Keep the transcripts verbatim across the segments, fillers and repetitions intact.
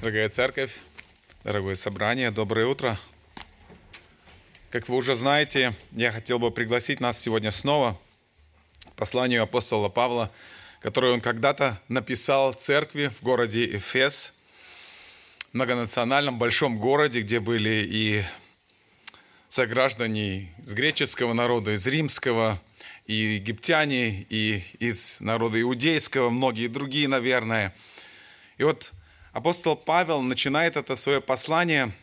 Дорогая церковь, дорогое собрание, доброе утро. Как вы уже знаете, я хотел бы пригласить нас сегодня снова к посланию апостола Павла, которое он когда-то написал церкви в городе Эфес, многонациональном большом городе, где были и сограждане из греческого народа, из римского, и египтяне, и из народа иудейского, многие другие, наверное. И вот апостол Павел начинает это свое послание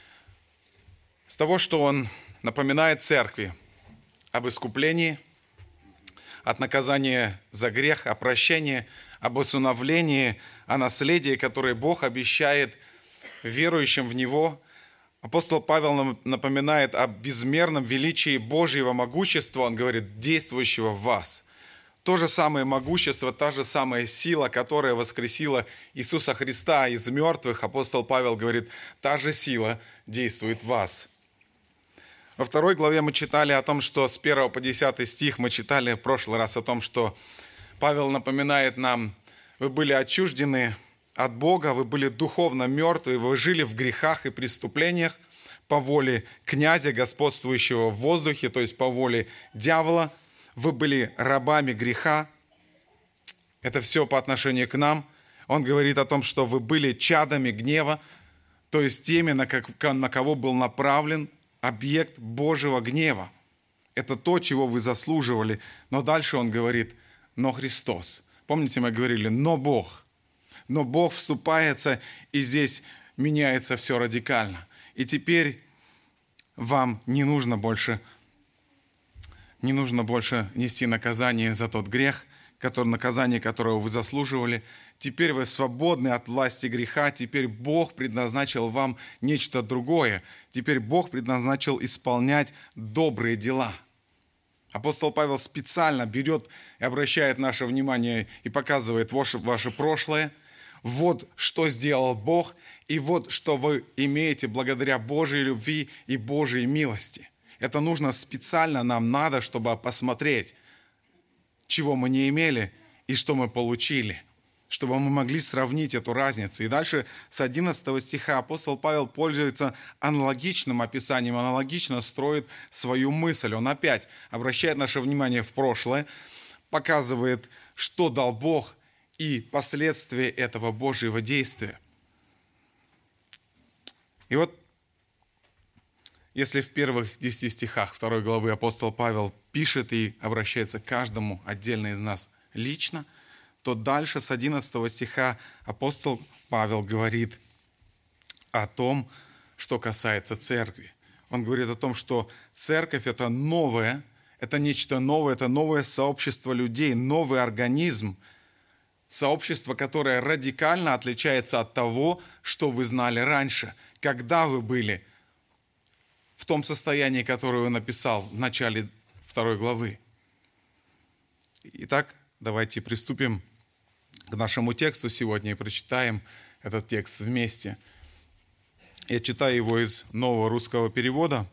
с того, что он напоминает церкви об искуплении, от наказания за грех, о прощении, об усыновлении, о наследии, которое Бог обещает верующим в Него. Апостол Павел напоминает о безмерном величии Божьего могущества, он говорит, действующего в вас. То же самое могущество, та же самая сила, которая воскресила Иисуса Христа из мертвых, апостол Павел говорит, та же сила действует в вас. Во второй главе мы читали о том, что с первого по десятый стих мы читали в прошлый раз о том, что Павел напоминает нам, вы были отчуждены от Бога, вы были духовно мертвы, вы жили в грехах и преступлениях по воле князя, господствующего в воздухе, то есть по воле дьявола. Вы были рабами греха. Это все по отношению к нам. Он говорит о том, что вы были чадами гнева, то есть теми, на кого был направлен объект Божьего гнева. Это то, чего вы заслуживали. Но дальше он говорит, но Христос. Помните, мы говорили, но Бог. Но Бог вступается, и здесь меняется все радикально. И теперь вам не нужно больше, не нужно больше нести наказание за тот грех, который, наказание которого вы заслуживали. Теперь вы свободны от власти греха. Теперь Бог предназначил вам нечто другое. Теперь Бог предназначил исполнять добрые дела. Апостол Павел специально берет и обращает наше внимание и показывает ваше, ваше прошлое. Вот что сделал Бог, и вот что вы имеете благодаря Божьей любви и Божьей милости. Это нужно специально, нам надо, чтобы посмотреть, чего мы не имели и что мы получили, чтобы мы могли сравнить эту разницу. И дальше с одиннадцатого стиха апостол Павел пользуется аналогичным описанием, аналогично строит свою мысль. Он опять обращает наше внимание в прошлое, показывает, что дал Бог, и последствия этого Божьего действия. И вот, если в первых десяти стихах второй главы апостол Павел пишет и обращается к каждому отдельно из нас лично, то дальше с одиннадцатого стиха апостол Павел говорит о том, что касается церкви. Он говорит о том, что церковь – это новое, это нечто новое, это новое сообщество людей, новый организм, сообщество, которое радикально отличается от того, что вы знали раньше, когда вы были в том состоянии, которое он написал в начале второй главы. Итак, давайте приступим к нашему тексту сегодня и прочитаем этот текст вместе. Я читаю его из нового русского перевода.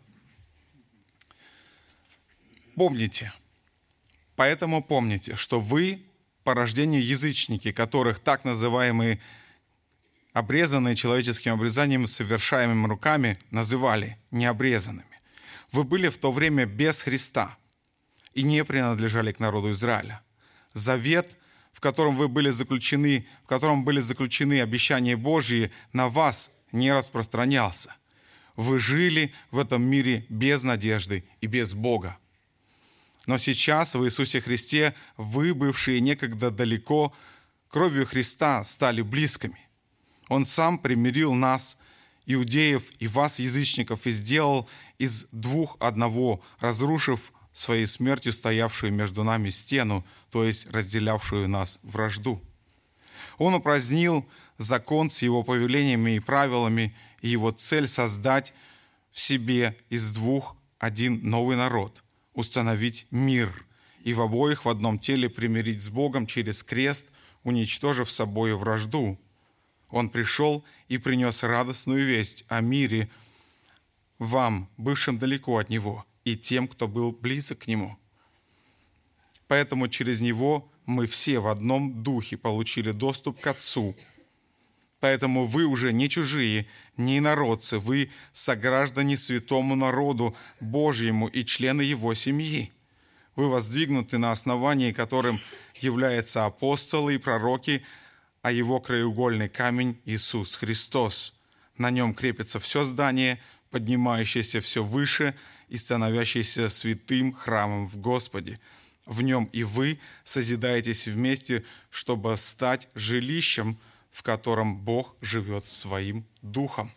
Помните, поэтому помните, что вы по рождению язычники, которых так называемые обрезанные человеческим обрезанием, совершаемым руками, называли необрезанными. Вы были в то время без Христа и не принадлежали к народу Израиля. Завет, в котором вы были заключены, в котором были заключены обещания Божьи, на вас не распространялся. Вы жили в этом мире без надежды и без Бога. Но сейчас в Иисусе Христе вы, бывшие некогда далеко, кровью Христа стали близкими. Он сам примирил нас, иудеев, и вас, язычников, и сделал из двух одного, разрушив своей смертью стоявшую между нами стену, то есть разделявшую нас вражду. Он упразднил закон с его повелениями и правилами, и его цель создать в себе из двух один новый народ, установить мир и в обоих в одном теле примирить с Богом через крест, уничтожив собою вражду. Он пришел и принес радостную весть о мире вам, бывшим далеко от Него, и тем, кто был близок к Нему. Поэтому через Него мы все в одном духе получили доступ к Отцу. Поэтому вы уже не чужие, не инородцы, вы сограждане святому народу Божьему и члены его семьи. Вы воздвигнуты на основании, которым являются апостолы и пророки, а его краеугольный камень – Иисус Христос. На нем крепится все здание, поднимающееся все выше и становящееся святым храмом в Господе. В нем и вы созидаетесь вместе, чтобы стать жилищем, в котором Бог живет своим духом.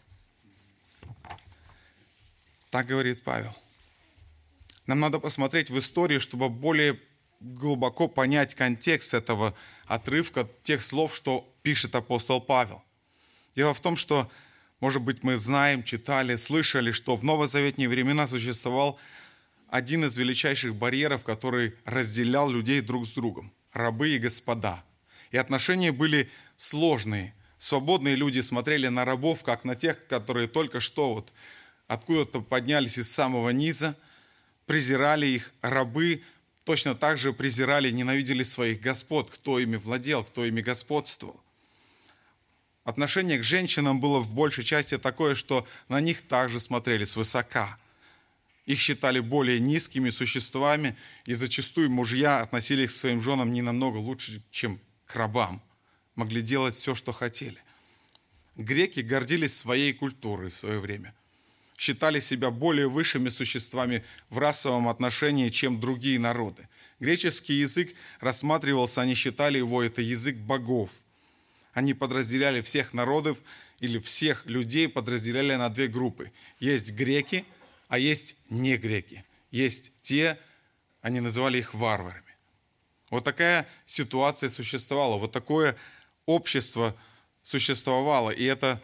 Так говорит Павел. Нам надо посмотреть в историю, чтобы более глубоко понять контекст этого отрывка, тех слов, что пишет апостол Павел. Дело в том, что, может быть, мы знаем, читали, слышали, что в новозаветные времена существовал один из величайших барьеров, который разделял людей друг с другом – рабы и господа. И отношения были сложные. Свободные люди смотрели на рабов, как на тех, которые только что вот откуда-то поднялись из самого низа, презирали их. Рабы точно так же презирали, ненавидели своих господ, кто ими владел, кто ими господствовал. Отношение к женщинам было в большей части такое, что на них также смотрели свысока. Их считали более низкими существами, и зачастую мужья относились к своим женам не намного лучше, чем к рабам. Могли делать все, что хотели. Греки гордились своей культурой в свое время. Считали себя более высшими существами в расовом отношении, чем другие народы. Греческий язык рассматривался, они считали его, это язык богов. Они подразделяли всех народов или всех людей подразделяли на две группы. Есть греки, а есть не греки. Есть те, они называли их варварами. Вот такая ситуация существовала, вот такое общество существовало. И это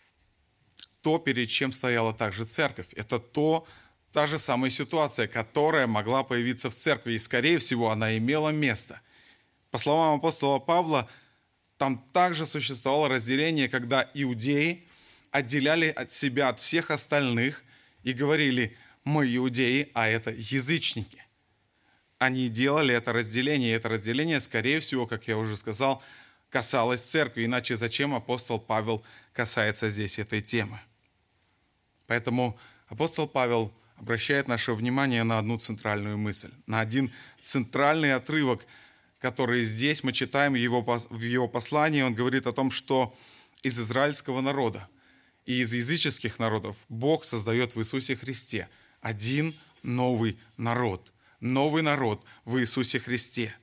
то, перед чем стояла также церковь. Это то, та же самая ситуация, которая могла появиться в церкви. И, скорее всего, она имела место. По словам апостола Павла, там также существовало разделение, когда иудеи отделяли от себя от всех остальных и говорили: мы иудеи, а это язычники. Они делали это разделение, и это разделение, скорее всего, как я уже сказал, касалось церкви. Иначе зачем апостол Павел касается здесь этой темы? Поэтому апостол Павел обращает наше внимание на одну центральную мысль, на один центральный отрывок, который здесь мы читаем его, в его послании. Он говорит о том, что из израильского народа и из языческих народов Бог создает в Иисусе Христе один новый народ. Новый народ в Иисусе Христе.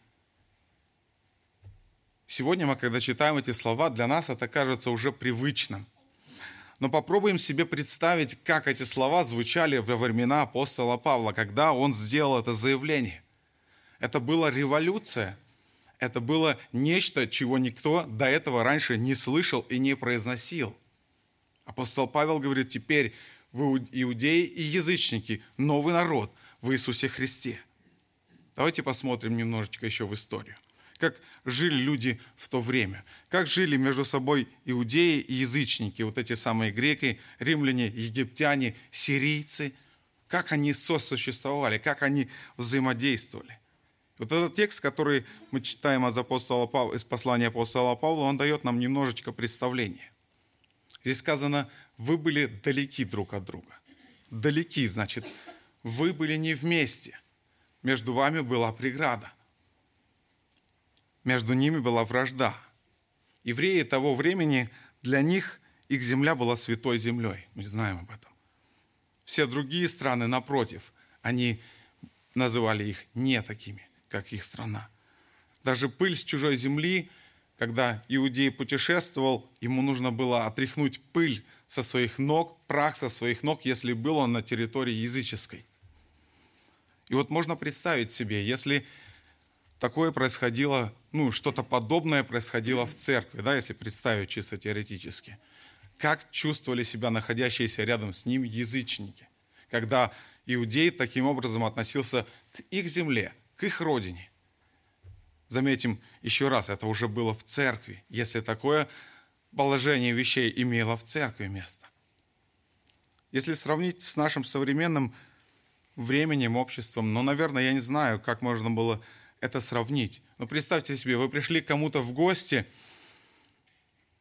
Сегодня мы, когда читаем эти слова, для нас это кажется уже привычным. Но попробуем себе представить, как эти слова звучали во времена апостола Павла, когда он сделал это заявление. Это была революция. Это было нечто, чего никто до этого раньше не слышал и не произносил. Апостол Павел говорит: теперь вы иудеи и язычники, новый народ в Иисусе Христе. Давайте посмотрим немножечко еще в историю. Как жили люди в то время. Как жили между собой иудеи и язычники, вот эти самые греки, римляне, египтяне, сирийцы. Как они сосуществовали, как они взаимодействовали. Вот этот текст, который мы читаем из, апостола Павла, из послания апостола Павла, он дает нам немножечко представления. Здесь сказано: вы были далеки друг от друга. Далеки, значит, вы были не вместе. Между вами была преграда. Между ними была вражда. Евреи того времени, для них их земля была святой землей. Мы знаем об этом. Все другие страны, напротив, они называли их не такими, как их страна. Даже пыль с чужой земли, когда иудей путешествовал, ему нужно было отряхнуть пыль со своих ног, прах со своих ног, если был он на территории языческой. И вот можно представить себе, если такое происходило, ну, что-то подобное происходило в церкви, да, если представить чисто теоретически, как чувствовали себя находящиеся рядом с ним язычники, когда иудей таким образом относился к их земле, к их родине. Заметим еще раз, это уже было в церкви, если такое положение вещей имело в церкви место. Если сравнить с нашим современным временем, обществом, ну, наверное, я не знаю, как можно было это сравнить. Но представьте себе, вы пришли к кому-то в гости,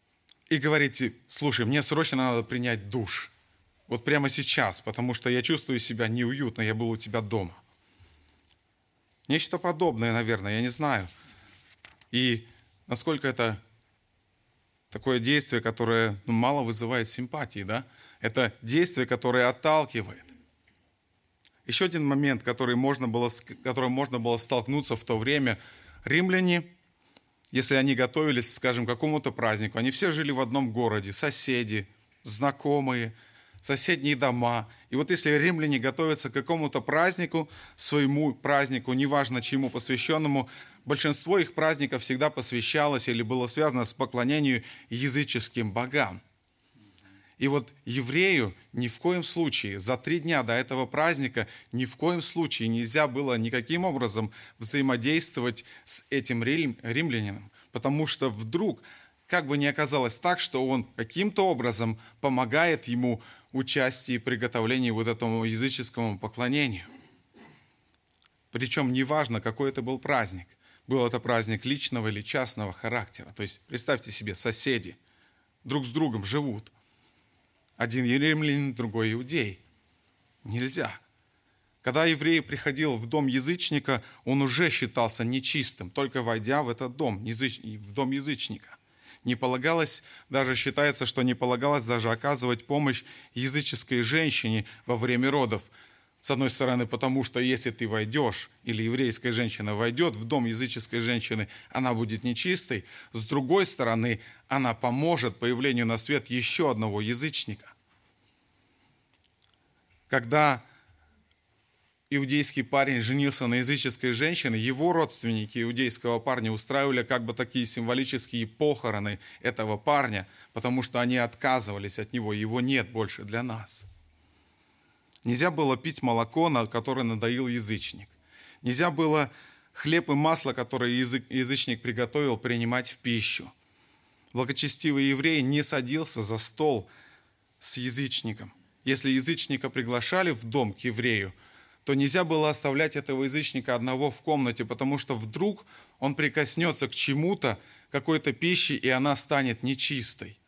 и говорите: слушай, мне срочно надо принять душ. Вот прямо сейчас, потому что я чувствую себя неуютно, я был у тебя дома. Нечто подобное, наверное, я не знаю. И насколько это такое действие, которое ну, мало вызывает симпатии, да? Это действие, которое отталкивает. Еще один момент, который можно было, с которым можно было столкнуться в то время. Римляне, если они готовились, скажем, к какому-то празднику, они все жили в одном городе, соседи, знакомые, соседние дома. И вот если римляне готовятся к какому-то празднику, своему празднику, неважно чему посвященному, большинство их праздников всегда посвящалось или было связано с поклонением языческим богам. И вот еврею ни в коем случае, за три дня до этого праздника, ни в коем случае нельзя было никаким образом взаимодействовать с этим рим, римлянином, потому что вдруг, как бы ни оказалось так, что он каким-то образом помогает ему в участии и приготовлении вот этому языческому поклонению. Причем неважно, какой это был праздник. Был это праздник личного или частного характера. То есть представьте себе, соседи друг с другом живут. Один римлянин, другой иудей. Нельзя. Когда еврей приходил в дом язычника, он уже считался нечистым, только войдя в этот дом, в дом язычника. Не полагалось, даже считается, что не полагалось даже оказывать помощь языческой женщине во время родов. С одной стороны, потому что если ты войдешь, или еврейская женщина войдет в дом языческой женщины, она будет нечистой. С другой стороны, она поможет появлению на свет еще одного язычника. Когда иудейский парень женился на языческой женщине, его родственники иудейского парня устраивали как бы такие символические похороны этого парня, потому что они отказывались от него, его нет больше для нас. Нельзя было пить молоко, на которое надоил язычник. Нельзя было хлеб и масло, которое язычник приготовил, принимать в пищу. Благочестивый еврей не садился за стол с язычником. Если язычника приглашали в дом к еврею, то нельзя было оставлять этого язычника одного в комнате, потому что вдруг он прикоснется к чему-то, какой-то пище, и она станет нечистой.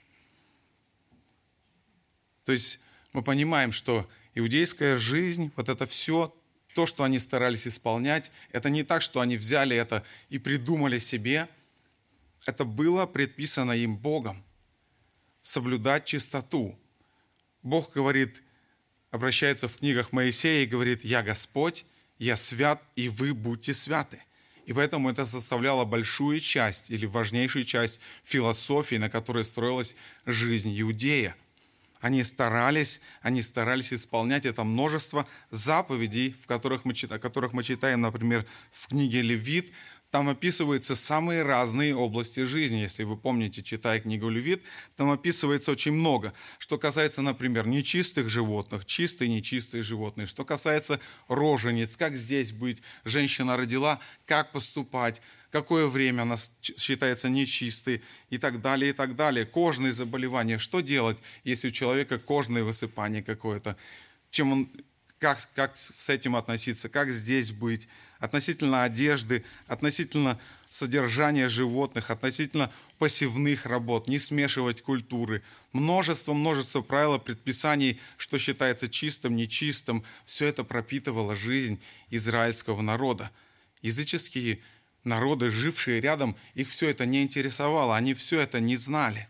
То есть мы понимаем, что иудейская жизнь, вот это все, то, что они старались исполнять, это не так, что они взяли это и придумали себе. Это было предписано им Богом. Соблюдать чистоту. Бог говорит, обращается в книгах Моисея и говорит: «Я Господь, я свят, и вы будьте святы». И поэтому это составляло большую часть или важнейшую часть философии, на которой строилась жизнь иудея. Они старались, они старались исполнять это множество заповедей, в которых мы, о которых мы читаем, например, в книге Левит. Там описываются самые разные области жизни. Если вы помните, читая книгу Левит, там описывается очень много. Что касается, например, нечистых животных, чистые и нечистые животные. Что касается рожениц, как здесь быть, женщина родила, как поступать, какое время она считается нечистой и так далее, и так далее. Кожные заболевания, что делать, если у человека кожное высыпание какое-то, чем он, как, как с этим относиться, как здесь быть, относительно одежды, относительно содержания животных, относительно посевных работ, не смешивать культуры. Множество-множество правил, предписаний, что считается чистым, нечистым. Все это пропитывало жизнь израильского народа. Языческие народы, жившие рядом, их все это не интересовало, они все это не знали.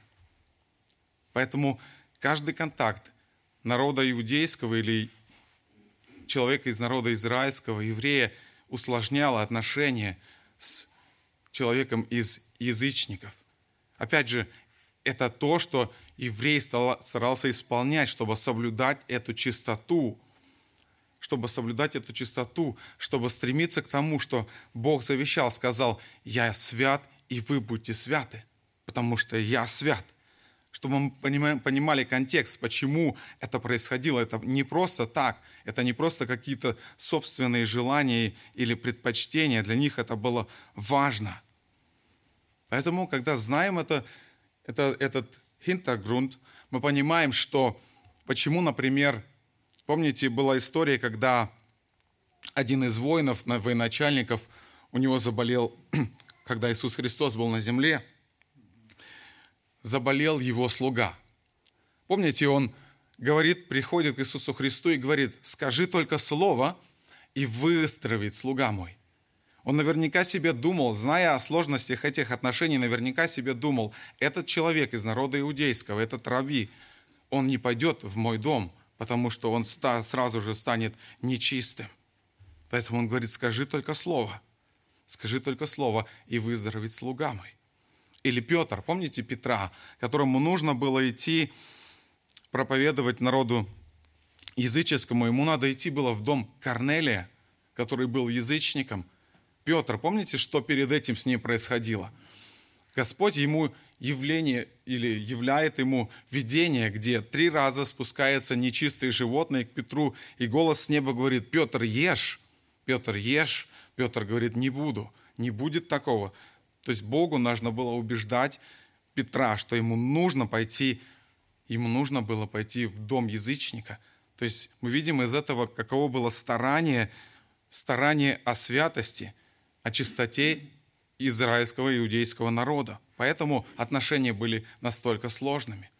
Поэтому каждый контакт народа иудейского или человека из народа израильского, еврея, усложняло отношения с человеком из язычников. Опять же, это то, что еврей старался исполнять, чтобы соблюдать эту чистоту, чтобы соблюдать эту чистоту, чтобы стремиться к тому, что Бог завещал, сказал: «Я свят, и вы будьте святы, потому что я свят». Чтобы мы понимали контекст, почему это происходило. Это не просто так, это не просто какие-то собственные желания или предпочтения. Для них это было важно. Поэтому, когда знаем это, это, этот hintergrund, мы понимаем, что почему, например, помните, была история, когда один из воинов, военачальников, у него заболел, когда Иисус Христос был на земле, заболел его слуга. Помните, он говорит, приходит к Иисусу Христу и говорит: скажи только слово, и выздоровеет слуга мой. Он наверняка себе думал, зная о сложностях этих отношений, наверняка себе думал: этот человек из народа иудейского, этот рави, он не пойдет в мой дом, потому что он сразу же станет нечистым. Поэтому он говорит: скажи только слово, скажи только слово, и выздоровеет слуга мой. Или Петр, помните Петра, которому нужно было идти проповедовать народу языческому, ему надо идти было в дом Корнелия, который был язычником. Петр, помните, что перед этим с ним происходило? Господь ему явление или являет ему видение, где три раза спускается нечистые животные к Петру, и голос с неба говорит: Петр, ешь, Петр, ешь. Петр говорит: не буду, не будет такого. То есть Богу нужно было убеждать Петра, что ему нужно пойти, ему нужно было пойти в дом язычника. То есть мы видим из этого, каково было старание, старание о святости, о чистоте израильского и иудейского народа. Поэтому отношения были настолько сложными.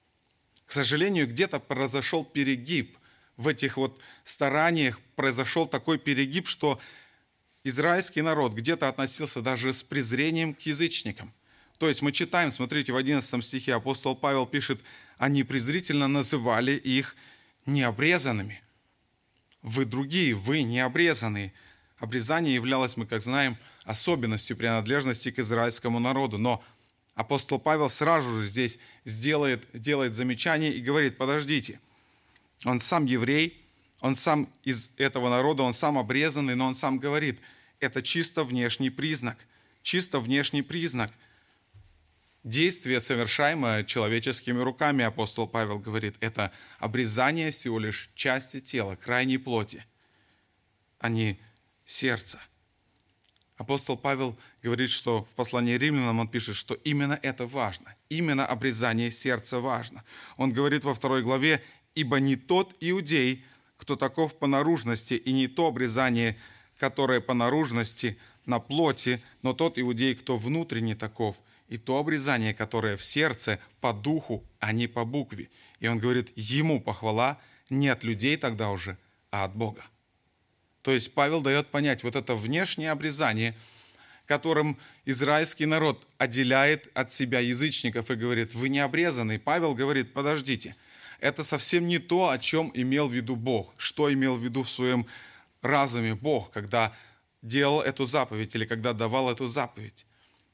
К сожалению, где-то произошел перегиб. В этих вот стараниях произошел такой перегиб, что израильский народ где-то относился даже с презрением к язычникам. То есть мы читаем, смотрите, в одиннадцатом стихе апостол Павел пишет: они презрительно называли их необрезанными. Вы другие, вы необрезанные. Обрезание являлось, мы как знаем, особенностью принадлежности к израильскому народу. Но апостол Павел сразу же здесь сделает, делает замечание и говорит: подождите, он сам еврей, он сам из этого народа, он сам обрезанный, но он сам говорит: это чисто внешний признак, чисто внешний признак. Действие, совершаемое человеческими руками, апостол Павел говорит, это обрезание всего лишь части тела, крайней плоти, а не сердца. Апостол Павел говорит, что в послании Римлянам он пишет, что именно это важно, именно обрезание сердца важно. Он говорит во второй главе: «Ибо не тот иудей, кто таков по наружности, и не то обрезание, которое по наружности на плоти, но тот иудей, кто внутренне таков, и то обрезание, которое в сердце по духу, а не по букве». И он говорит, ему похвала не от людей тогда уже, а от Бога. То есть Павел дает понять, вот это внешнее обрезание, которым израильский народ отделяет от себя язычников и говорит: вы не обрезаны. Павел говорит: подождите, это совсем не то, о чем имел в виду Бог, что имел в виду в своем разуме Бог, когда делал эту заповедь или когда давал эту заповедь.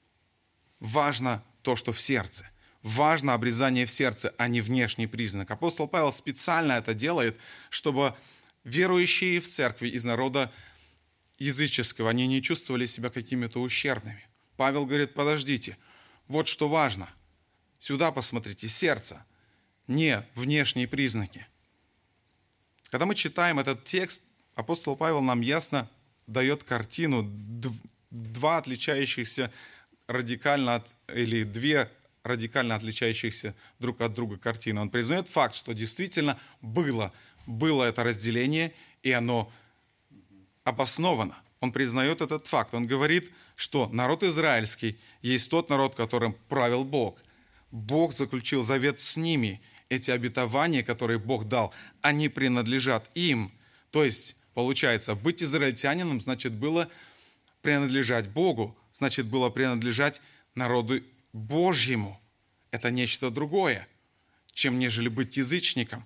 Важно то, что в сердце. Важно обрезание в сердце, а не внешний признак. Апостол Павел специально это делает, чтобы верующие в церкви из народа языческого, они не чувствовали себя какими-то ущербными. Павел говорит: подождите, вот что важно. Сюда посмотрите, сердце, не внешние признаки. Когда мы читаем этот текст, апостол Павел нам ясно дает картину, два отличающихся радикально от, или две радикально отличающихся друг от друга картины. Он признает факт, что действительно было, было это разделение, и оно обосновано. Он признает этот факт. Он говорит, что народ израильский есть тот народ, которым правил Бог. Бог заключил завет с ними. Эти обетования, которые Бог дал, они принадлежат им. То есть, получается, быть израильтянином значит было принадлежать Богу, значит было принадлежать народу Божьему. Это нечто другое, чем нежели быть язычником.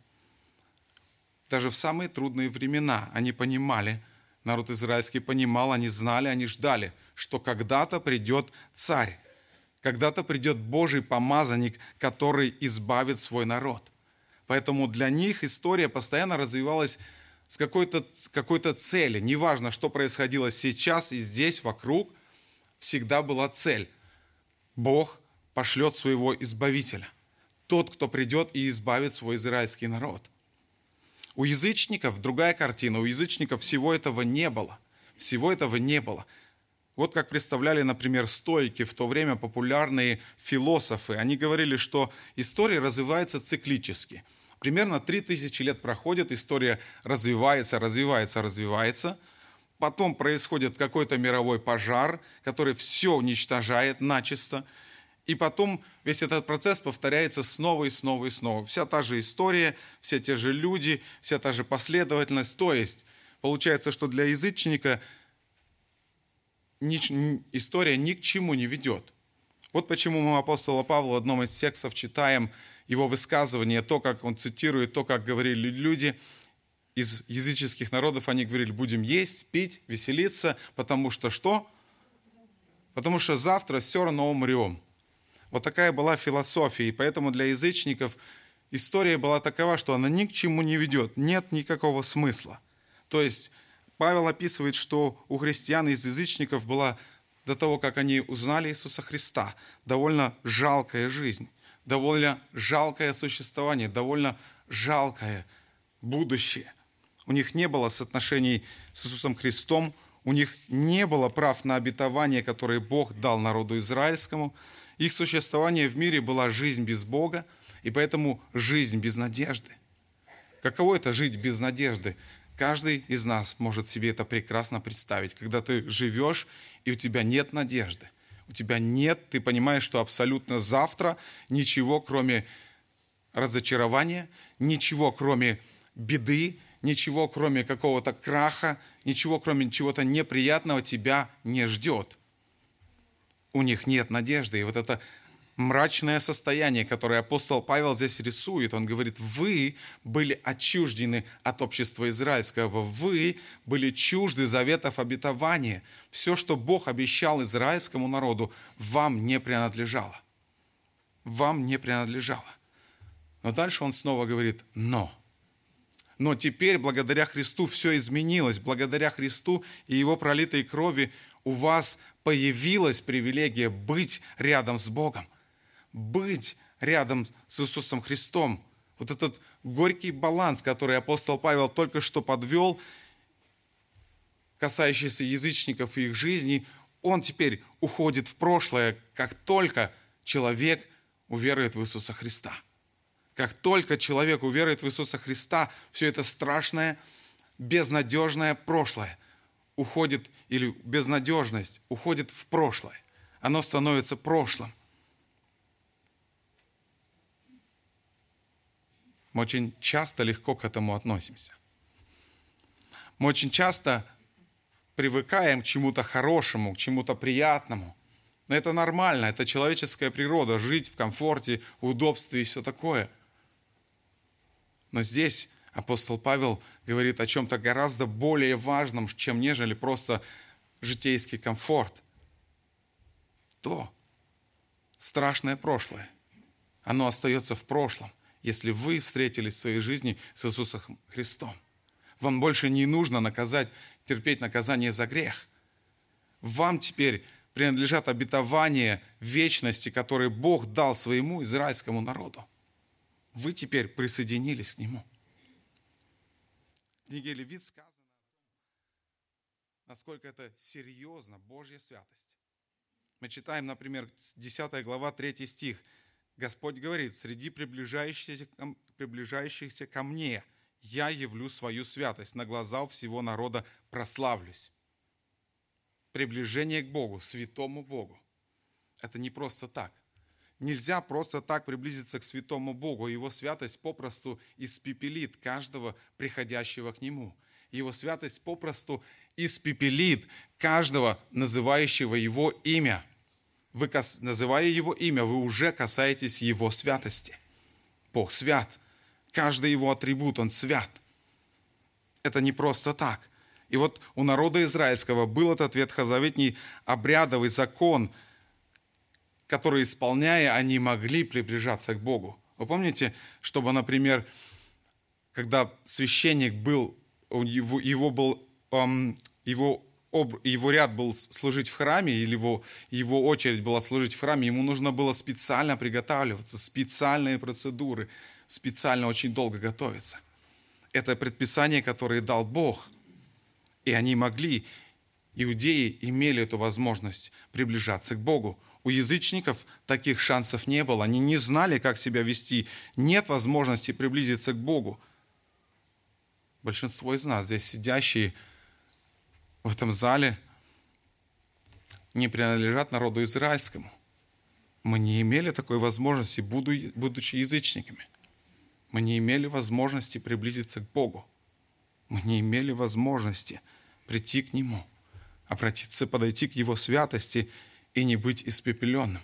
Даже в самые трудные времена они понимали, народ израильский понимал, они знали, они ждали, что когда-то придет царь, когда-то придет Божий помазанник, который избавит свой народ. Поэтому для них история постоянно развивалась с какой-то, с какой-то цели. Неважно, что происходило сейчас и здесь, вокруг, всегда была цель. Бог пошлет своего избавителя. Тот, кто придет и избавит свой израильский народ. У язычников другая картина. У язычников всего этого не было. Всего этого не было. Вот как представляли, например, стоики, в то время популярные философы. Они говорили, что история развивается циклически. Примерно три тысячи лет проходит, история развивается, развивается, развивается. Потом происходит какой-то мировой пожар, который все уничтожает начисто. И потом весь этот процесс повторяется снова и снова и снова. Вся та же история, все те же люди, вся та же последовательность. То есть, получается, что для язычника история ни к чему не ведет. Вот почему мы апостола Павла в одном из текстов читаем его высказывание, то, как он цитирует, то, как говорили люди из языческих народов. Они говорили: будем есть, пить, веселиться, потому что что? Потому что завтра все равно умрем. Вот такая была философия, и поэтому для язычников история была такова, что она ни к чему не ведет, нет никакого смысла. То есть Павел описывает, что у христиан из язычников была до того, как они узнали Иисуса Христа, довольно жалкая жизнь, довольно жалкое существование, довольно жалкое будущее. У них не было соотношений с Иисусом Христом, у них не было прав на обетование, которое Бог дал народу израильскому. Их существование в мире была жизнь без Бога, и поэтому жизнь без надежды. Каково это жить без надежды? Каждый из нас может себе это прекрасно представить, когда ты живешь, и у тебя нет надежды. У тебя нет, ты понимаешь, что абсолютно завтра ничего, кроме разочарования, ничего, кроме беды, ничего, кроме какого-то краха, ничего, кроме чего-то неприятного тебя не ждет. У них нет надежды. И вот это мрачное состояние, которое апостол Павел здесь рисует, он говорит: вы были отчуждены от общества израильского, вы были чужды заветов обетования. Все, что Бог обещал израильскому народу, вам не принадлежало. Вам не принадлежало. Но дальше он снова говорит: но. Но теперь, благодаря Христу, все изменилось. Благодаря Христу и Его пролитой крови у вас появилась привилегия быть рядом с Богом, быть рядом с Иисусом Христом. Вот этот горький баланс, который апостол Павел только что подвел, касающийся язычников и их жизни, он теперь уходит в прошлое, как только человек уверует в Иисуса Христа. Как только человек уверует в Иисуса Христа, все это страшное, безнадежное прошлое уходит, или безнадежность уходит в прошлое. Оно становится прошлым. Мы очень часто легко к этому относимся. Мы очень часто привыкаем к чему-то хорошему, к чему-то приятному. Но это нормально, это человеческая природа, жить в комфорте, удобстве и все такое. Но здесь апостол Павел говорит о чем-то гораздо более важном, чем нежели просто житейский комфорт. То страшное прошлое, оно остается в прошлом, если вы встретились в своей жизни с Иисусом Христом. Вам больше не нужно наказать, терпеть наказание за грех. Вам теперь принадлежат обетования вечности, которые Бог дал своему израильскому народу. Вы теперь присоединились к Нему. В книге Левит сказано, насколько это серьезно Божья святость. Мы читаем, например, десятая глава, третий стих. Господь говорит: «Среди приближающихся, приближающихся ко мне я явлю свою святость, на глаза у всего народа прославлюсь». Приближение к Богу, святому Богу. Это не просто так. Нельзя просто так приблизиться к святому Богу. Его святость попросту испепелит каждого приходящего к Нему. Его святость попросту испепелит каждого, называющего Его имя. Вы, называя Его имя, вы уже касаетесь Его святости. Бог свят. Каждый Его атрибут, Он свят. Это не просто так. И вот у народа израильского был этот ветхозаветний обрядовый закон, который, исполняя, они могли приближаться к Богу. Вы помните, чтобы, например, когда священник был, его, его, был, эм, его, об, его ряд был служить в храме, или его, его очередь была служить в храме, ему нужно было специально приготавливаться, специальные процедуры, специально очень долго готовиться. Это предписание, которое дал Бог. И они могли, иудеи имели эту возможность приближаться к Богу. У язычников таких шансов не было. Они не знали, как себя вести. Нет возможности приблизиться к Богу. Большинство из нас, здесь сидящие в этом зале, не принадлежат народу израильскому. мы не имели такой возможности, будучи язычниками. Мы не имели возможности приблизиться к Богу. Мы не имели возможности прийти к Нему, обратиться, подойти к Его святости и не быть испепеленным.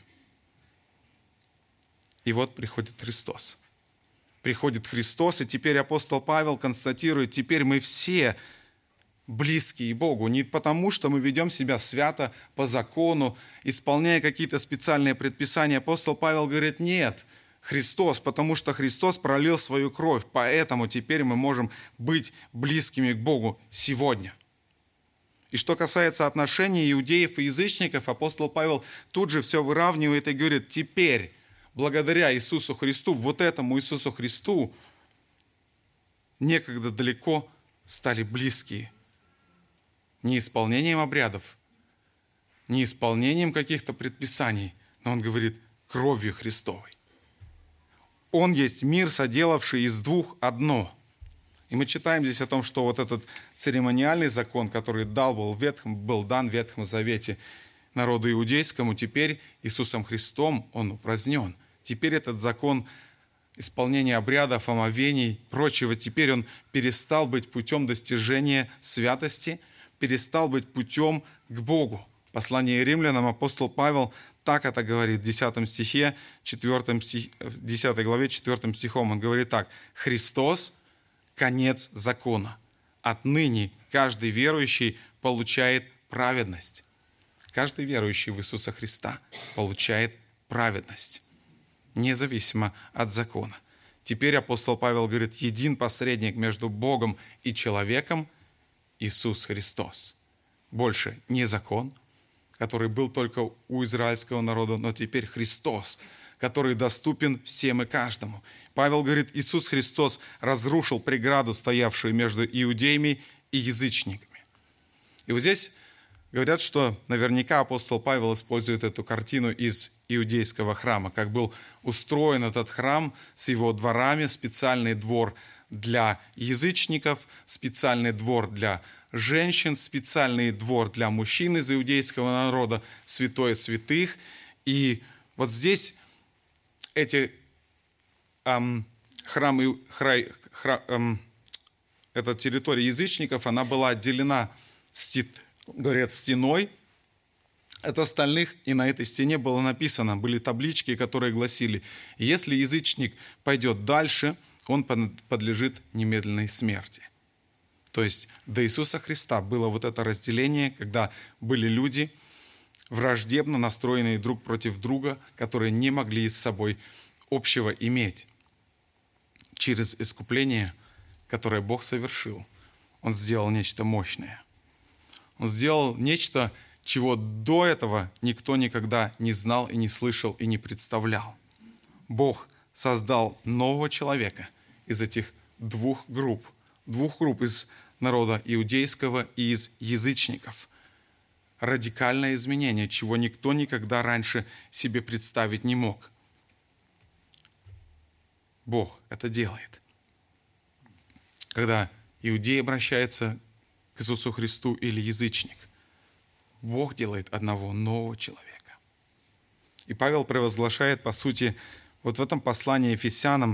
И вот приходит Христос. Приходит Христос, и теперь апостол Павел констатирует, теперь мы все близкие Богу. Не потому, что мы ведем себя свято по закону, исполняя какие-то специальные предписания. Апостол Павел говорит, нет, Христос, потому что Христос пролил свою кровь, поэтому теперь мы можем быть близкими к Богу сегодня. И что касается отношений иудеев и язычников, апостол Павел тут же все выравнивает и говорит, теперь, благодаря Иисусу Христу, вот этому Иисусу Христу, некогда далеко стали близкие. Не исполнением обрядов, не исполнением каких-то предписаний, но он говорит, кровью Христовой. Он есть мир, соделавший из двух одно. И мы читаем здесь о том, что вот этот церемониальный закон, который дал, был, в Ветхом, был дан в Ветхом Завете народу иудейскому, теперь Иисусом Христом он упразднен. Теперь этот закон исполнения обрядов, омовений, прочего, теперь он перестал быть путем достижения святости, перестал быть путем к Богу. Послание римлянам апостол Павел так это говорит в десятом стихе, четвёртом стих, в десятой главе, четвёртым стихом. Он говорит так: «Христос – конец закона. Отныне каждый верующий получает праведность». Каждый верующий в Иисуса Христа получает праведность, независимо от закона. Теперь апостол Павел говорит, един посредник между Богом и человеком – Иисус Христос. Больше не закон, который был только у израильского народа, но теперь Христос, который доступен всем и каждому. Павел говорит, Иисус Христос разрушил преграду, стоявшую между иудеями и язычниками. И вот здесь говорят, что наверняка апостол Павел использует эту картину из иудейского храма, как был устроен этот храм с его дворами, специальный двор для язычников, специальный двор для женщин, специальный двор для мужчин из иудейского народа, святое святых. И вот здесь эти эм, храмы, храм, храм, эм, эта территория язычников, она была отделена, говорят, стеной от остальных, и на этой стене было написано, были таблички, которые гласили, если язычник пойдет дальше, он подлежит немедленной смерти. То есть до Иисуса Христа было вот это разделение, когда были люди, враждебно настроенные друг против друга, которые не могли с собой общего иметь. Через искупление, которое Бог совершил, Он сделал нечто мощное. Он сделал нечто, чего до этого никто никогда не знал и не слышал и не представлял. Бог создал нового человека из этих двух групп, двух групп из народа иудейского и из язычников. Радикальное изменение, чего никто никогда раньше себе представить не мог. Бог это делает. Когда иудей обращается к Иисусу Христу или язычник, Бог делает одного нового человека. И Павел провозглашает, по сути, вот в этом послании Ефесянам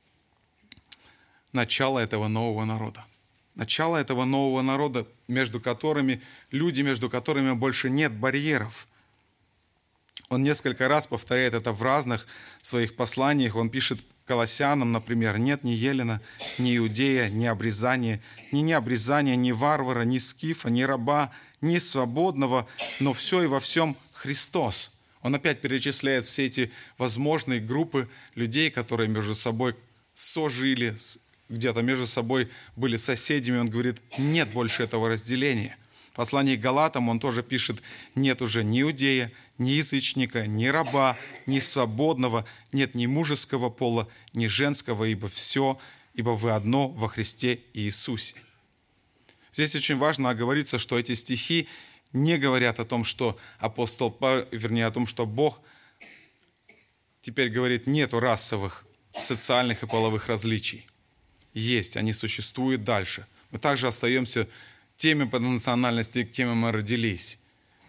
начало этого нового народа. Начало этого нового народа, между которыми, люди, между которыми больше нет барьеров. Он несколько раз повторяет это в разных своих посланиях. Он пишет Колоссянам, например, нет ни Елена, ни Иудея, ни обрезания, ни необрезания, ни варвара, ни скифа, ни раба, ни свободного, но все и во всем Христос. Он опять перечисляет все эти возможные группы людей, которые между собой сожили, где-то между собой были соседями. Он говорит, нет больше этого разделения. В послании к Галатам он тоже пишет, нет уже ни иудея, ни язычника, ни раба, ни свободного, нет ни мужеского пола, ни женского, ибо все, ибо вы одно во Христе Иисусе. Здесь очень важно оговориться, что эти стихи не говорят о том, что апостол, вернее, о том, что Бог теперь говорит, нету расовых, социальных и половых различий. Есть, они существуют дальше. Мы также остаемся теми по национальности, кем мы родились.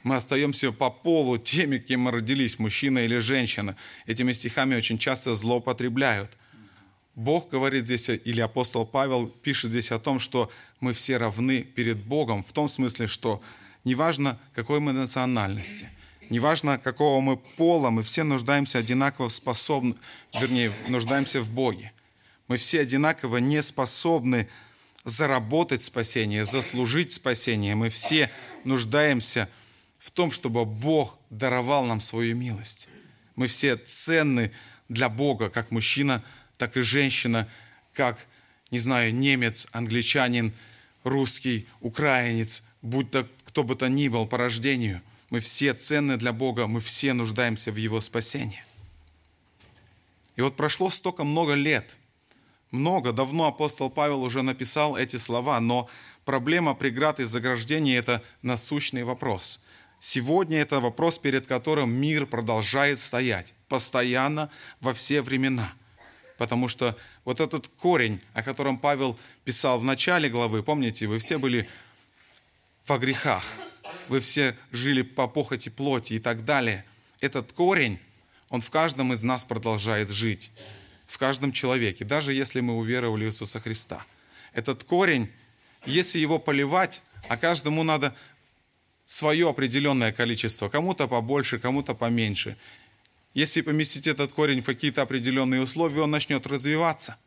Мы остаемся по полу теми, кем мы родились, мужчина или женщина. Этими стихами очень часто злоупотребляют. Бог говорит здесь, или апостол Павел пишет здесь о том, что мы все равны перед Богом, в том смысле, что неважно, какой мы национальности, неважно, какого мы пола, мы все нуждаемся одинаково в способны, вернее, нуждаемся в Боге. Мы все одинаково не способны заработать спасение, заслужить спасение. Мы все нуждаемся в том, чтобы Бог даровал нам свою милость. Мы все ценны для Бога, как мужчина, так и женщина, как, не знаю, немец, англичанин, русский, украинец, будь то кто бы то ни был по рождению. Мы все ценны для Бога, мы все нуждаемся в Его спасении. И вот прошло столько много лет, много, давно апостол Павел уже написал эти слова, но проблема преград и заграждений – это насущный вопрос. Сегодня это вопрос, перед которым мир продолжает стоять, постоянно, во все времена. Потому что вот этот корень, о котором Павел писал в начале главы, помните, вы все были во грехах, вы все жили по похоти плоти и так далее. Этот корень, он в каждом из нас продолжает жить, в каждом человеке, даже если мы уверовали в Иисуса Христа. Этот корень, если его поливать, а каждому надо свое определенное количество, кому-то побольше, кому-то поменьше. Если поместить этот корень в какие-то определенные условия, он начнет развиваться.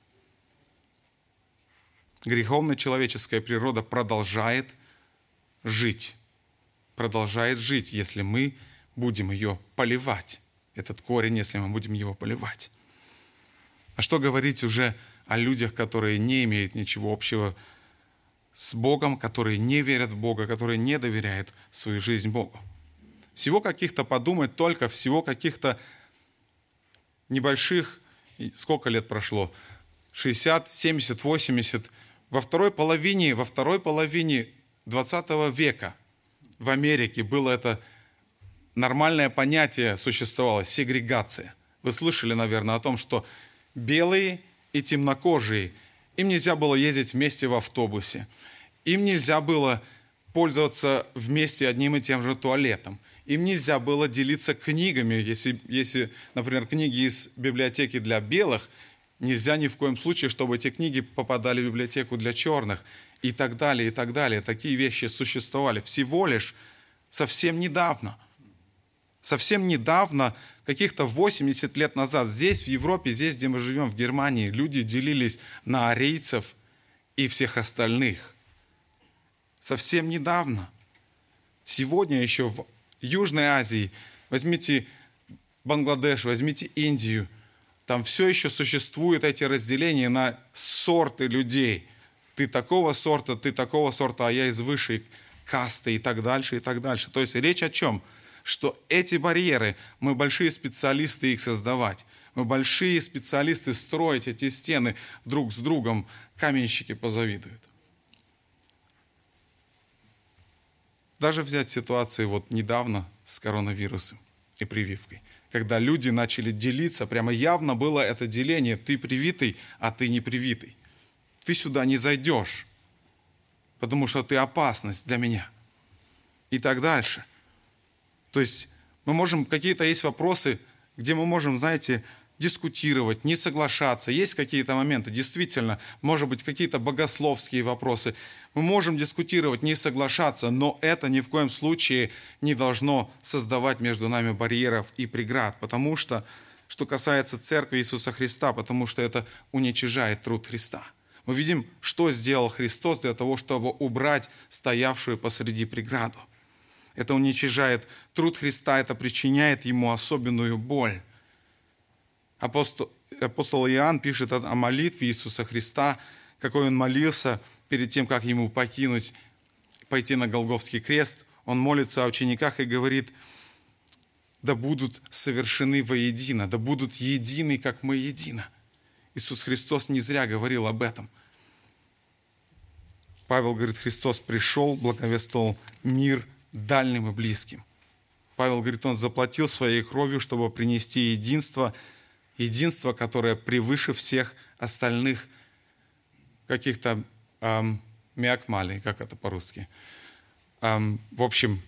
Греховно-человеческая природа продолжает жить. Продолжает жить, если мы будем ее поливать. Этот корень, если мы будем его поливать. А что говорить уже о людях, которые не имеют ничего общего с Богом, которые не верят в Бога, которые не доверяют свою жизнь Богу? Всего каких-то, подумать только, всего каких-то небольших, сколько лет прошло? шестьдесят, семьдесят, восемьдесят. Во второй половине, во второй половине двадцатого века в Америке было это нормальное понятие, существовало, сегрегация. Вы слышали, наверное, о том, что белые и темнокожие, им нельзя было ездить вместе в автобусе, им нельзя было пользоваться вместе одним и тем же туалетом, им нельзя было делиться книгами, если, если, например, книги из библиотеки для белых, нельзя ни в коем случае, чтобы эти книги попадали в библиотеку для черных, и так далее, и так далее. Такие вещи существовали всего лишь совсем недавно. Совсем недавно, каких-то восемьдесят лет назад, здесь, в Европе, здесь, где мы живем, в Германии, люди делились на арийцев и всех остальных. Совсем недавно. Сегодня еще в Южной Азии, возьмите Бангладеш, возьмите Индию, там все еще существуют эти разделения на сорты людей. Ты такого сорта, ты такого сорта, а я из высшей касты и так дальше, и так дальше. То есть речь о чем? Что эти барьеры, мы большие специалисты их создавать. Мы большие специалисты строить эти стены друг с другом. Каменщики позавидуют. Даже взять ситуацию вот недавно с коронавирусом и прививкой. Когда люди начали делиться, прямо явно было это деление. Ты привитый, а ты не привитый. Ты сюда не зайдешь, потому что ты опасность для меня. И так дальше. То есть мы можем, какие-то есть вопросы, где мы можем, знаете, дискутировать, не соглашаться. Есть какие-то моменты, действительно, может быть, какие-то богословские вопросы. Мы можем дискутировать, не соглашаться, но это ни в коем случае не должно создавать между нами барьеров и преград, потому что, что касается Церкви Иисуса Христа, потому что это уничижает труд Христа. Мы видим, что сделал Христос для того, чтобы убрать стоявшую посреди преграду. Это уничижает труд Христа, это причиняет Ему особенную боль. Апостол, апостол Иоанн пишет о молитве Иисуса Христа, какой Он молился перед тем, как Ему покинуть, пойти на Голгофский крест. Он молится о учениках и говорит: да будут совершены воедино, да будут едины, как мы едино. Иисус Христос не зря говорил об этом. Павел говорит, Христос пришел, благовествовал мир дальним и близким. Павел говорит, Он заплатил своей кровью, чтобы принести единство, единство, которое превыше всех остальных каких-то эм, миакмалей, как это по-русски. Эм, в общем,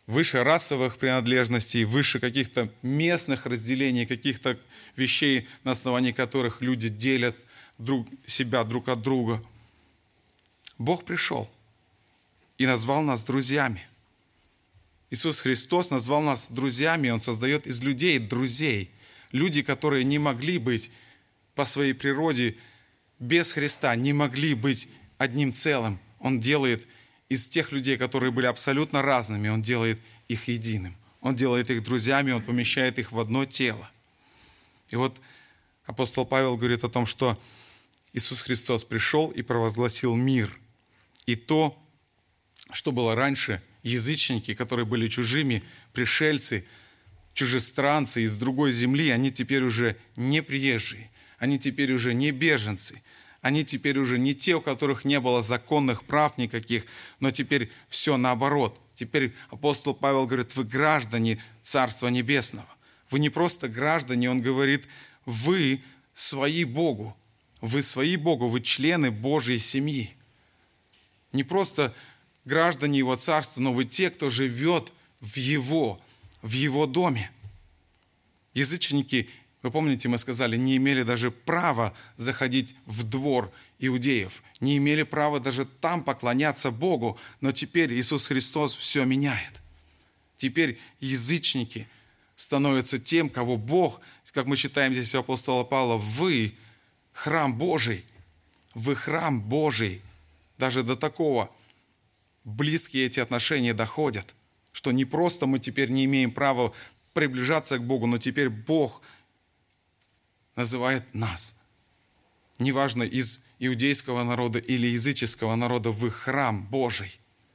выше расовых принадлежностей, выше каких-то местных разделений, каких-то вещей, на основании которых люди делят друг, себя друг от друга. Бог пришел и назвал нас друзьями. Иисус Христос назвал нас друзьями, Он создает из людей друзей. Люди, которые не могли быть по своей природе без Христа, не могли быть одним целым. Он делает из тех людей, которые были абсолютно разными, Он делает их единым. Он делает их друзьями, Он помещает их в одно тело. И вот апостол Павел говорит о том, что Иисус Христос пришел и провозгласил мир. И то, что было раньше, язычники, которые были чужими, пришельцы, чужестранцы из другой земли, они теперь уже не приезжие, они теперь уже не беженцы, они теперь уже не те, у которых не было законных прав никаких, но теперь все наоборот. Теперь апостол Павел говорит, вы граждане Царства Небесного. Вы не просто граждане, он говорит, вы свои Богу. Вы свои Богу, вы члены Божьей семьи. Не просто граждане Его Царства, но вы те, кто живет в Его, в Его доме. Язычники, вы помните, мы сказали, не имели даже права заходить в двор иудеев, не имели права даже там поклоняться Богу, но теперь Иисус Христос все меняет. Теперь язычники становятся тем, кого Бог, как мы читаем здесь у апостола Павла, вы храм Божий, вы храм Божий. Даже до такого близкие эти отношения доходят, что не просто мы теперь не имеем права приближаться к Богу, но теперь Бог называет нас. Неважно, из иудейского народа или языческого народа, вы храм Божий.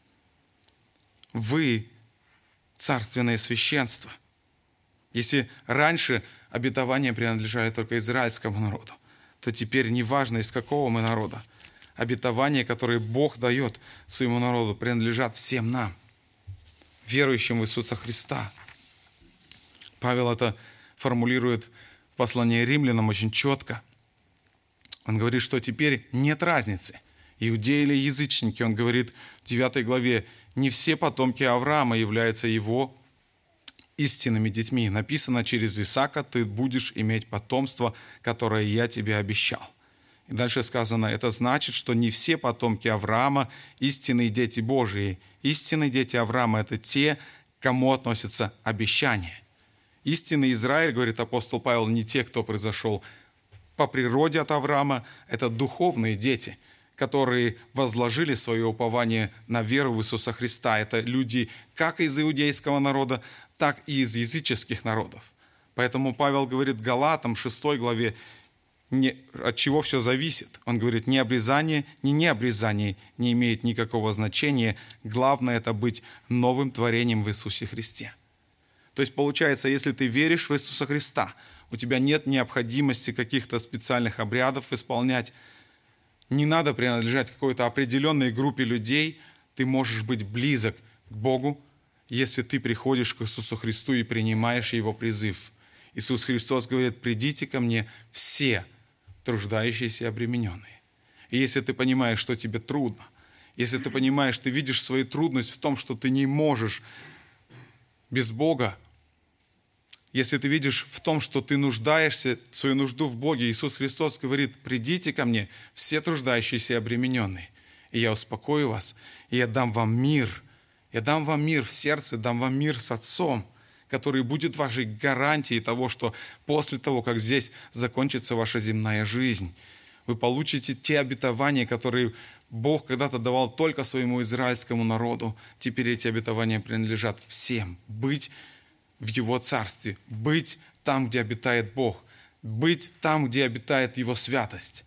Вы царственное священство. Если раньше обетования принадлежали только израильскому народу, то теперь неважно, из какого мы народа, обетования, которые Бог дает своему народу, принадлежат всем нам, верующим в Иисуса Христа. Павел это формулирует в послании римлянам очень четко. Он говорит, что теперь нет разницы, иудеи или язычники. Он говорит в девятой главе, не все потомки Авраама являются его истинными детьми. Написано, через Исаака ты будешь иметь потомство, которое я тебе обещал. И дальше сказано, это значит, что не все потомки Авраама истинные дети Божии. Истинные дети Авраама – это те, к кому относятся обещания. Истинный Израиль, говорит апостол Павел, не те, кто произошел по природе от Авраама, это духовные дети, которые возложили свое упование на веру в Иисуса Христа. Это люди как из иудейского народа, так и из языческих народов. Поэтому Павел говорит Галатам, шестой главе, не, от чего все зависит. Он говорит, ни обрезание, ни необрезание не имеет никакого значения. Главное – это быть новым творением в Иисусе Христе. То есть, получается, если ты веришь в Иисуса Христа, у тебя нет необходимости каких-то специальных обрядов исполнять, не надо принадлежать какой-то определенной группе людей, ты можешь быть близок к Богу, если ты приходишь к Иисусу Христу и принимаешь Его призыв. Иисус Христос говорит, придите ко мне все труждающиеся и обремененные. И если ты понимаешь, что тебе трудно, если ты понимаешь, ты видишь свою трудность в том, что ты не можешь без Бога, если ты видишь в том, что ты нуждаешься, свою нужду в Боге, Иисус Христос говорит, придите ко мне, все труждающиеся и обремененные, и я успокою вас, и я дам вам мир, я дам вам мир в сердце, дам вам мир с Отцом, который будет вашей гарантией того, что после того, как здесь закончится ваша земная жизнь, вы получите те обетования, которые Бог когда-то давал только своему израильскому народу. Теперь эти обетования принадлежат всем. Быть в Его Царстве, быть там, где обитает Бог, быть там, где обитает Его святость.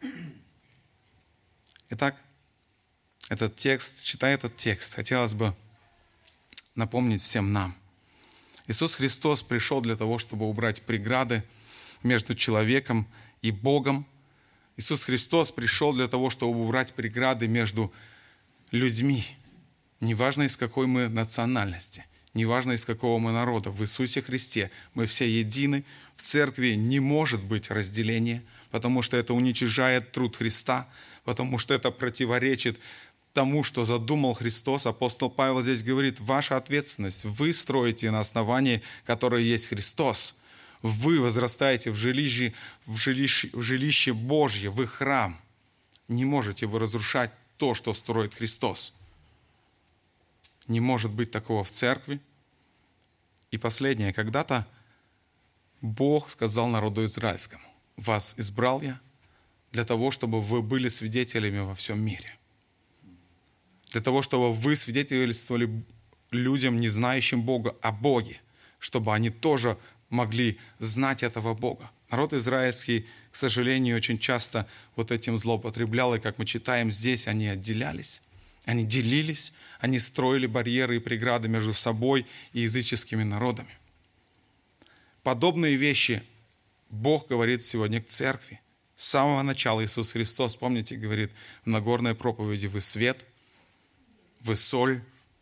Итак, этот текст, читая этот текст, хотелось бы напомнить всем нам. Иисус Христос пришел для того, чтобы убрать преграды между человеком и Богом. Иисус Христос пришел для того, чтобы убрать преграды между людьми. Неважно, из какой мы национальности, неважно, из какого мы народа. В Иисусе Христе мы все едины. В церкви не может быть разделения, потому что это уничижает труд Христа, потому что это противоречит тому, что задумал Христос. Апостол Павел здесь говорит, ваша ответственность. Вы строите на основании, которое есть Христос. Вы возрастаете в жилище, в жилище, в жилище Божье, в храм. Не можете вы разрушать то, что строит Христос. Не может быть такого в церкви. И последнее. Когда-то Бог сказал народу израильскому, вас избрал я для того, чтобы вы были свидетелями во всем мире. Для того, чтобы вы свидетельствовали людям, не знающим Бога, о Боге, чтобы они тоже могли знать этого Бога. Народ израильский, к сожалению, очень часто вот этим злоупотреблял, и как мы читаем здесь, они отделялись, они делились, они строили барьеры и преграды между собой и языческими народами. Подобные вещи Бог говорит сегодня к церкви. С самого начала Иисус Христос, помните, говорит в Нагорной проповеди, вы свет, вы соль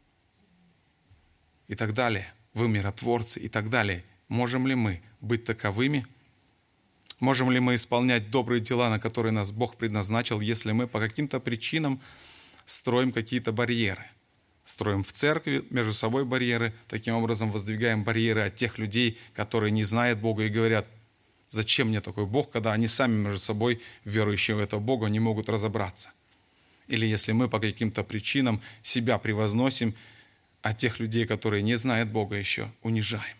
и так далее, вы миротворцы и так далее. Можем ли мы быть таковыми? Можем ли мы исполнять добрые дела, на которые нас Бог предназначил, если мы по каким-то причинам строим какие-то барьеры? Строим в церкви между собой барьеры, таким образом воздвигаем барьеры от тех людей, которые не знают Бога и говорят, зачем мне такой Бог, когда они сами между собой, верующие в этого Бога, не могут разобраться. Или если мы по каким-то причинам себя превозносим, а тех людей, которые не знают Бога еще, унижаем.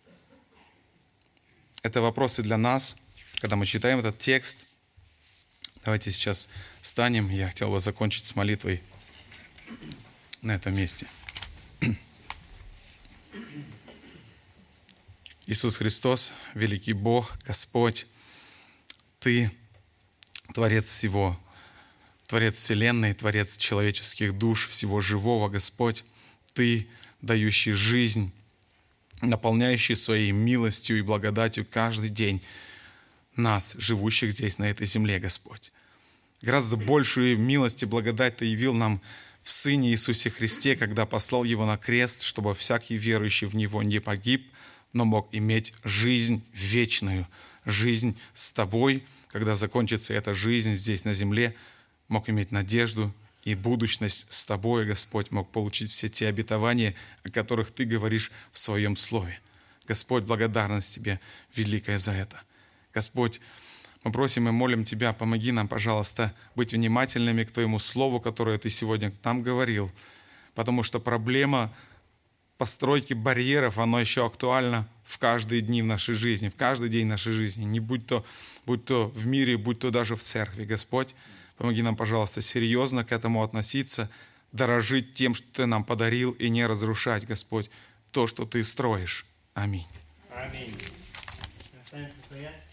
Это вопросы для нас, когда мы читаем этот текст. Давайте сейчас встанем. Я хотел бы закончить с молитвой на этом месте. Иисус Христос, великий Бог, Господь, Ты Творец всего, Творец вселенной, Творец человеческих душ, всего живого, Господь. Ты, дающий жизнь, наполняющий своей милостью и благодатью каждый день нас, живущих здесь, на этой земле, Господь. Гораздо большую милость и благодать Ты явил нам в Сыне Иисусе Христе, когда послал Его на крест, чтобы всякий верующий в Него не погиб, но мог иметь жизнь вечную, жизнь с Тобой, когда закончится эта жизнь здесь на земле, мог иметь надежду и будущность с Тобой, Господь, мог получить все те обетования, о которых Ты говоришь в Своем Слове. Господь, благодарность Тебе великая за это. Господь, мы просим и молим Тебя, помоги нам, пожалуйста, быть внимательными к Твоему Слову, которое Ты сегодня нам говорил, потому что проблема постройки барьеров, оно еще актуально в каждые дни в нашей жизни, в каждый день нашей жизни, не будь то, будь то в мире, будь то даже в церкви. Господь, помоги нам, пожалуйста, серьезно к этому относиться, дорожить тем, что Ты нам подарил, и не разрушать, Господь, то, что Ты строишь. Аминь. Аминь.